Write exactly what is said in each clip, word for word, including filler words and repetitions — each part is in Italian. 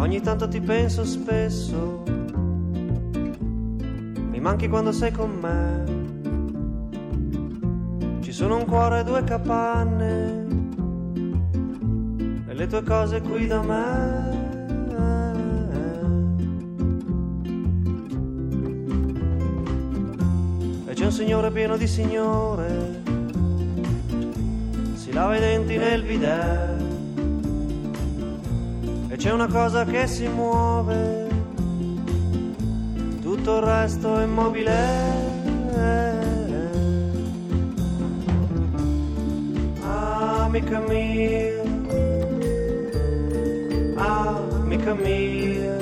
Ogni tanto ti penso spesso, mi manchi quando sei con me. Ci sono un cuore e due capanne e le tue cose qui da me. E c'è un signore pieno di signore, si lava i denti nel bidet. E c'è una cosa che si muove, tutto il resto è immobile. Amica mia, amica mia,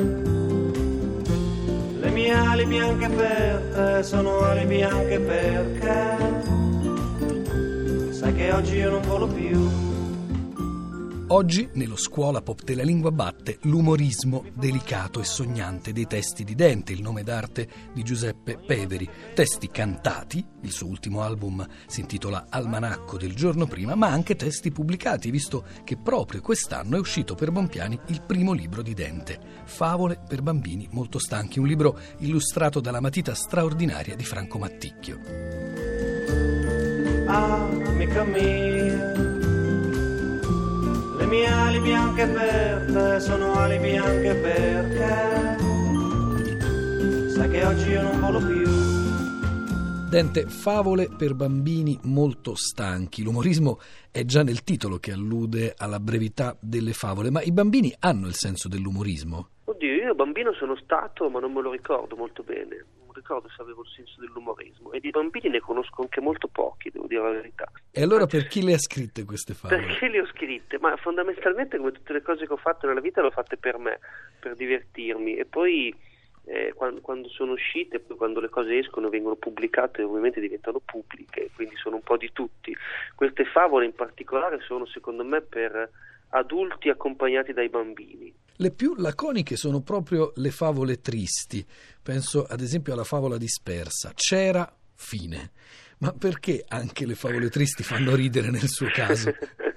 le mie ali bianche per te sono ali bianche perché sai che oggi io non volo più. Oggi, nello Scuola Pop della Lingua batte l'umorismo delicato e sognante dei testi di Dente, il nome d'arte di Giuseppe Peveri. Testi cantati, il suo ultimo album si intitola Almanacco del giorno prima, ma anche testi pubblicati, visto che proprio quest'anno è uscito per Bonpiani il primo libro di Dente, Favole per bambini molto stanchi, un libro illustrato dalla matita straordinaria di Franco Matticchio. Amica mia, le mie ali bianche per te sono ali bianche perché sai che oggi io non volo più. Dente, favole per bambini molto stanchi. L'umorismo è già nel titolo che allude alla brevità delle favole, ma i bambini hanno il senso dell'umorismo? Oddio, io bambino sono stato, ma non me lo ricordo molto bene. Non ricordo se avevo il senso dell'umorismo. E di bambini ne conosco anche molto pochi, devo dire la verità. E allora per chi le ha scritte queste favole? Perché le ho scritte? Ma fondamentalmente, come tutte le cose che ho fatto nella vita, le ho fatte per me, per divertirmi. E poi eh, quando, quando sono uscite, poi quando le cose escono, vengono pubblicate, ovviamente diventano pubbliche, quindi sono un po' di tutti. Queste favole in particolare sono, secondo me, per adulti accompagnati dai bambini. Le più laconiche sono proprio le favole tristi. Penso ad esempio alla favola dispersa. C'era, fine. Ma perché anche le favole tristi fanno ridere nel suo caso?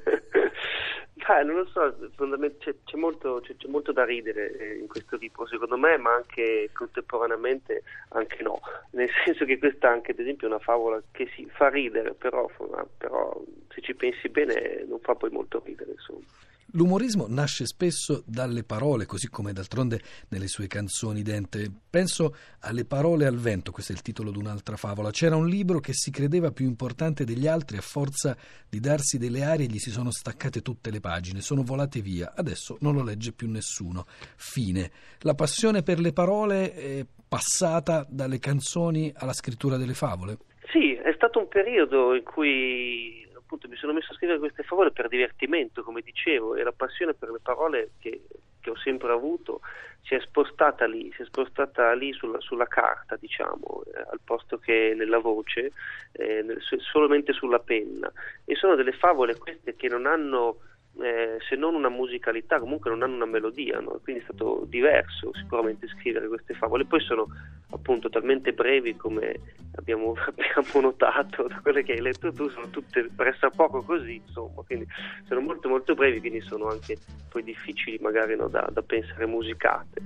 Beh, non lo so, c'è, c'è, molto, c'è, c'è molto da ridere in questo libro, secondo me, ma anche contemporaneamente anche no. Nel senso che questa anche, ad esempio, è una favola che si fa ridere, però, però se ci pensi bene non fa poi molto ridere, insomma. L'umorismo nasce spesso dalle parole, così come d'altronde nelle sue canzoni Dente. Penso alle parole al vento, questo è il titolo di un'altra favola. C'era un libro che si credeva più importante degli altri, a forza di darsi delle arie gli si sono staccate tutte le pagine, sono volate via, adesso non lo legge più nessuno. Fine. La passione per le parole è passata dalle canzoni alla scrittura delle favole? Sì, è stato un periodo in cui appunto mi sono messo a scrivere queste favole per divertimento, come dicevo, e la passione per le parole che, che ho sempre avuto si è spostata lì, si è spostata lì sulla, sulla carta, diciamo, eh, al posto che nella voce, eh, nel, solamente sulla penna. E sono delle favole queste che non hanno eh, se non una musicalità, comunque non hanno una melodia, no? Quindi è stato diverso sicuramente scrivere queste favole. Poi sono appunto talmente brevi, come abbiamo, abbiamo notato da quelle che hai letto tu, sono tutte pressappoco così, insomma, quindi sono molto molto brevi, quindi sono anche poi difficili magari, no, da, da pensare musicate.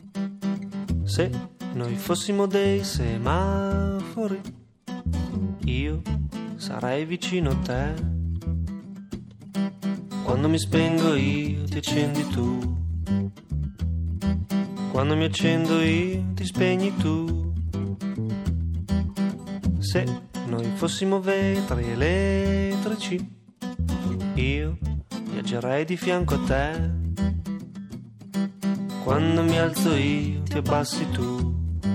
Se noi fossimo dei semafori, io sarei vicino a te. Quando mi spengo io ti accendi tu, quando mi accendo io ti spegni tu. Se noi fossimo vetri elettrici, io viaggerei di fianco a te. Quando mi alzo io ti abbassi tu,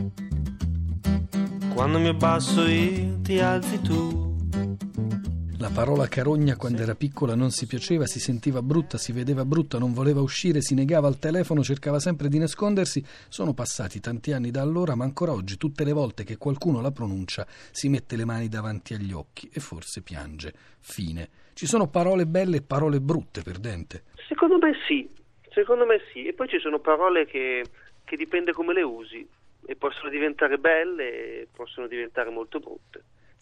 quando mi abbasso io ti alzi tu. La parola carogna quando era piccola non si piaceva, si sentiva brutta, si vedeva brutta, non voleva uscire, si negava al telefono, cercava sempre di nascondersi. Sono passati tanti anni da allora, ma ancora oggi tutte le volte che qualcuno la pronuncia si mette le mani davanti agli occhi e forse piange. Fine. Ci sono parole belle e parole brutte per Dente? Secondo me sì, secondo me sì. E poi ci sono parole che, che dipende come le usi, e possono diventare belle e possono diventare molto brutte.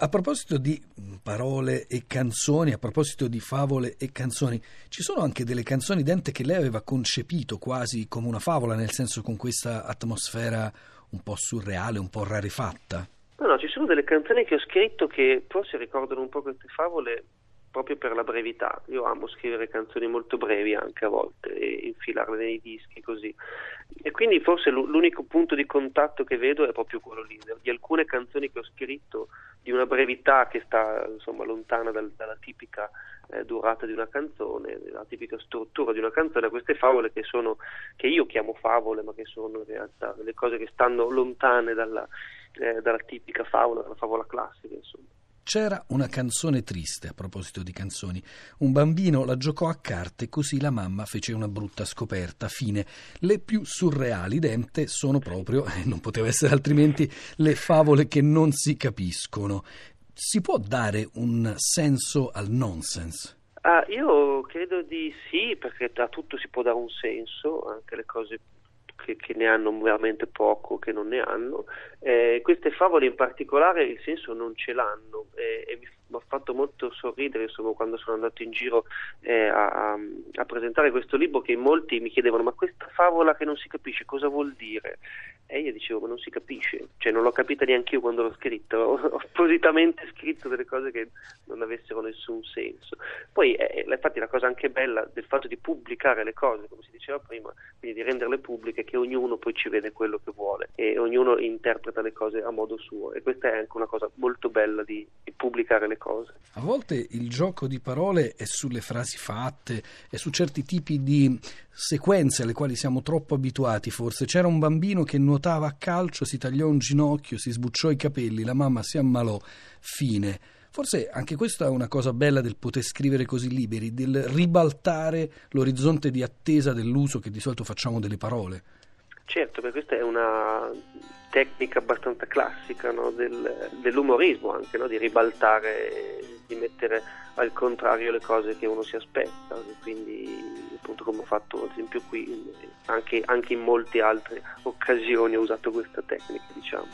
A proposito di parole e canzoni, a proposito di favole e canzoni, ci sono anche delle canzoni, Dante, che lei aveva concepito quasi come una favola, nel senso con questa atmosfera un po' surreale, un po' rarefatta? No, no, ci sono delle canzoni che ho scritto che forse ricordano un po' queste favole proprio per la brevità. Io amo scrivere canzoni molto brevi anche a volte e infilarle nei dischi così. E quindi forse l'unico punto di contatto che vedo è proprio quello lì, di alcune canzoni che ho scritto di una brevità che sta insomma lontana dal, dalla tipica eh, durata di una canzone, dalla tipica struttura di una canzone, queste favole che sono, che io chiamo favole, ma che sono in realtà delle cose che stanno lontane dalla, eh, dalla tipica favola, dalla favola classica, insomma. C'era una canzone triste, a proposito di canzoni. Un bambino la giocò a carte, così la mamma fece una brutta scoperta. Fine. Le più surreali, Dante, sono proprio, e non poteva essere altrimenti, le favole che non si capiscono. Si può dare un senso al nonsense? Ah, io credo di sì, perché a tutto si può dare un senso, anche le cose Che, che ne hanno veramente poco, che non ne hanno. Eh, queste favole in particolare il senso non ce l'hanno eh, e mi ha fatto molto sorridere insomma quando sono andato in giro eh, a, a presentare questo libro, che molti mi chiedevano: ma questa favola che non si capisce cosa vuol dire? E io dicevo: ma non si capisce, cioè non l'ho capita neanche io quando l'ho scritto, ho, ho appositamente scritto delle cose che non avessero nessun senso. Poi eh, infatti la cosa anche bella del fatto di pubblicare le cose, come si diceva prima, quindi di renderle pubbliche, che ognuno poi ci vede quello che vuole e ognuno interpreta le cose a modo suo, e questa è anche una cosa molto bella di, di pubblicare le cose. A volte il gioco di parole è sulle frasi fatte, è su certi tipi di sequenze alle quali siamo troppo abituati forse. C'era un bambino che nuotava a calcio, si tagliò un ginocchio, si sbucciò i capelli, la mamma si ammalò, fine. Forse anche questa è una cosa bella del poter scrivere così liberi, del ribaltare l'orizzonte di attesa dell'uso che di solito facciamo delle parole. Certo, perché questa è una tecnica abbastanza classica, no? Del, dell'umorismo anche, no? Di ribaltare, di mettere al contrario le cose che uno si aspetta, quindi appunto come ho fatto ad esempio qui, anche, anche in molte altre occasioni ho usato questa tecnica, diciamo.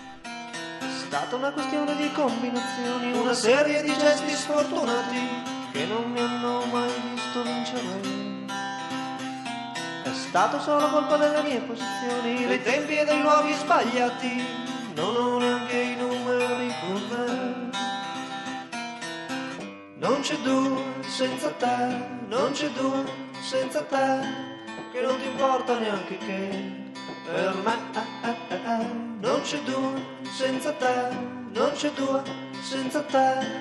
È stata una questione di combinazioni, una serie di gesti sfortunati che non mi hanno mai visto vincere. È stato solo colpa delle mie posizioni, dei tempi e dei luoghi sbagliati, non ho neanche i numeri con me. Non c'è due senza te, non c'è due senza te, che non ti importa neanche che per me eh, eh, eh, eh. Non c'è due senza te, non c'è due senza te.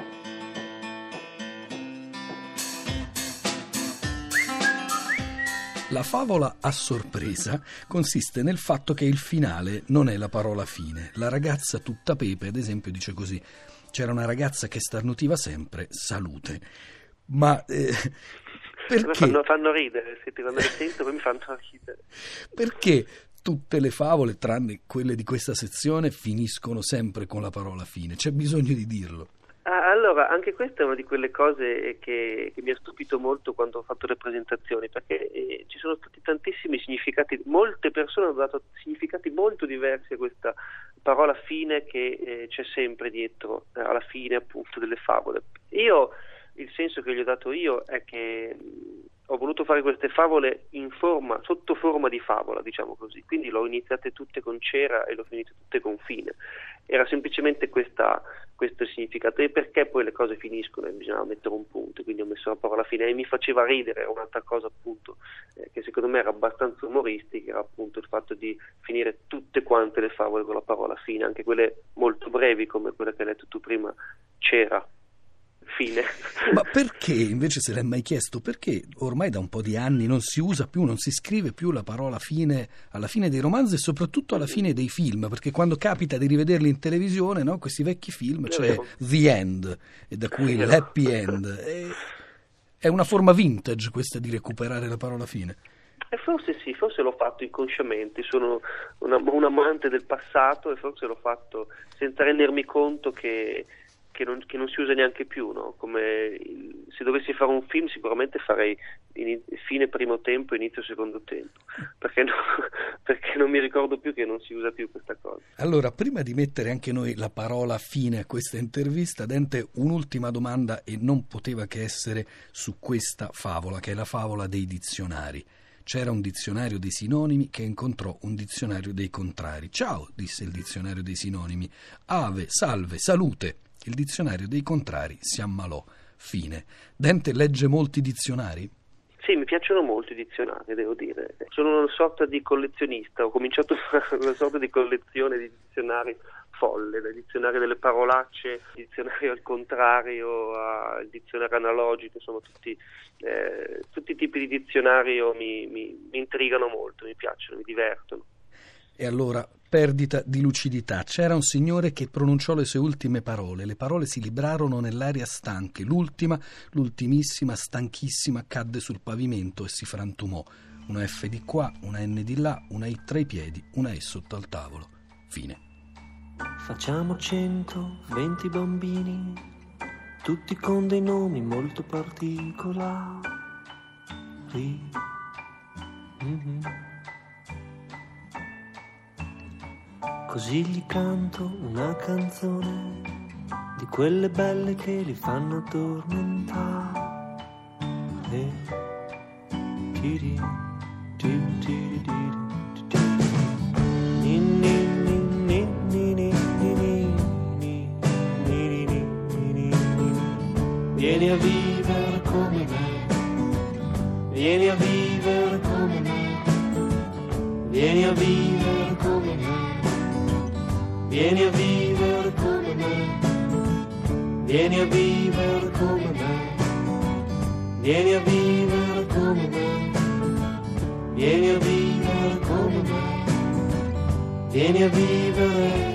La favola a sorpresa consiste nel fatto che il finale non è la parola fine. La ragazza tutta pepe, ad esempio, dice così: c'era una ragazza che starnutiva sempre, salute. Ma eh, perché? Fanno, fanno ridere, se ti quando le sento poi mi fanno ridere. Perché tutte le favole, tranne quelle di questa sezione, finiscono sempre con la parola fine? C'è bisogno di dirlo. Ah, allora, anche questa è una di quelle cose che, che mi ha stupito molto quando ho fatto le presentazioni, perché eh, ci sono stati tantissimi significati, molte persone hanno dato significati molto diversi a questa parola fine che eh, c'è sempre dietro, eh, alla fine appunto delle favole. Io, il senso che gli ho dato io è che mh, ho voluto fare queste favole in forma, sotto forma di favola, diciamo così, quindi l'ho iniziate tutte con c'era e l'ho finite tutte con fine. Era semplicemente questa, questo il significato, e perché poi le cose finiscono e bisognava mettere un punto, quindi ho messo la parola fine e mi faceva ridere. Un'altra cosa appunto eh, che secondo me era abbastanza umoristica era appunto il fatto di finire tutte quante le favole con la parola fine, anche quelle molto brevi come quella che hai letto tu prima, c'era. Fine. Ma perché, invece, se l'hai mai chiesto, perché ormai da un po' di anni non si usa più, non si scrive più la parola fine alla fine dei romanzi e soprattutto alla fine dei film? Perché quando capita di rivederli in televisione, no, questi vecchi film, c'è cioè The End, e da cui l'happy end. E è una forma vintage questa di recuperare la parola fine. E forse sì, forse l'ho fatto inconsciamente, sono una, un amante del passato e forse l'ho fatto senza rendermi conto che che non, che non si usa neanche più, no? Come il, se dovessi fare un film sicuramente farei in, fine primo tempo, inizio secondo tempo, perché, no, perché non mi ricordo più che non si usa più questa cosa. Allora, prima di mettere anche noi la parola fine a questa intervista, Dente, un'ultima domanda, e non poteva che essere su questa favola, che è la favola dei dizionari. C'era un dizionario dei sinonimi che incontrò un dizionario dei contrari. Ciao, disse il dizionario dei sinonimi. Ave, salve, salute. Il dizionario dei contrari si ammalò. Fine. Dente legge molti dizionari? Sì, mi piacciono molto i dizionari, devo dire. Sono una sorta di collezionista, ho cominciato a fare una sorta di collezione di dizionari folle, dai dizionari delle parolacce, il dizionario al contrario, al dizionario analogico, insomma tutti, eh, tutti i tipi di dizionario mi, mi, mi intrigano molto, mi piacciono, mi divertono. E allora, perdita di lucidità. C'era un signore che pronunciò le sue ultime parole. Le parole si librarono nell'aria stanche. L'ultima, l'ultimissima, stanchissima, cadde sul pavimento e si frantumò. Una F di qua, una N di là, una I tra i piedi, una E sotto al tavolo. Fine. Facciamo centoventi bambini, tutti con dei nomi molto particolari. Mm-hmm. Così gli canto una canzone di quelle belle che li fanno addormentare. Eh, tiri, tiri, tiri, tiri, tiri. Ni, ni, ni, ni, ni, ni, ni, ni, ni, ni, ni, ni. Vieni a vivere come me, vieni a vivere come me, vieni a vivere come me. Vieni a vivere come me, vieni a vivere come me, vieni a vivere come me, vieni a vivere come me, vieni a vivere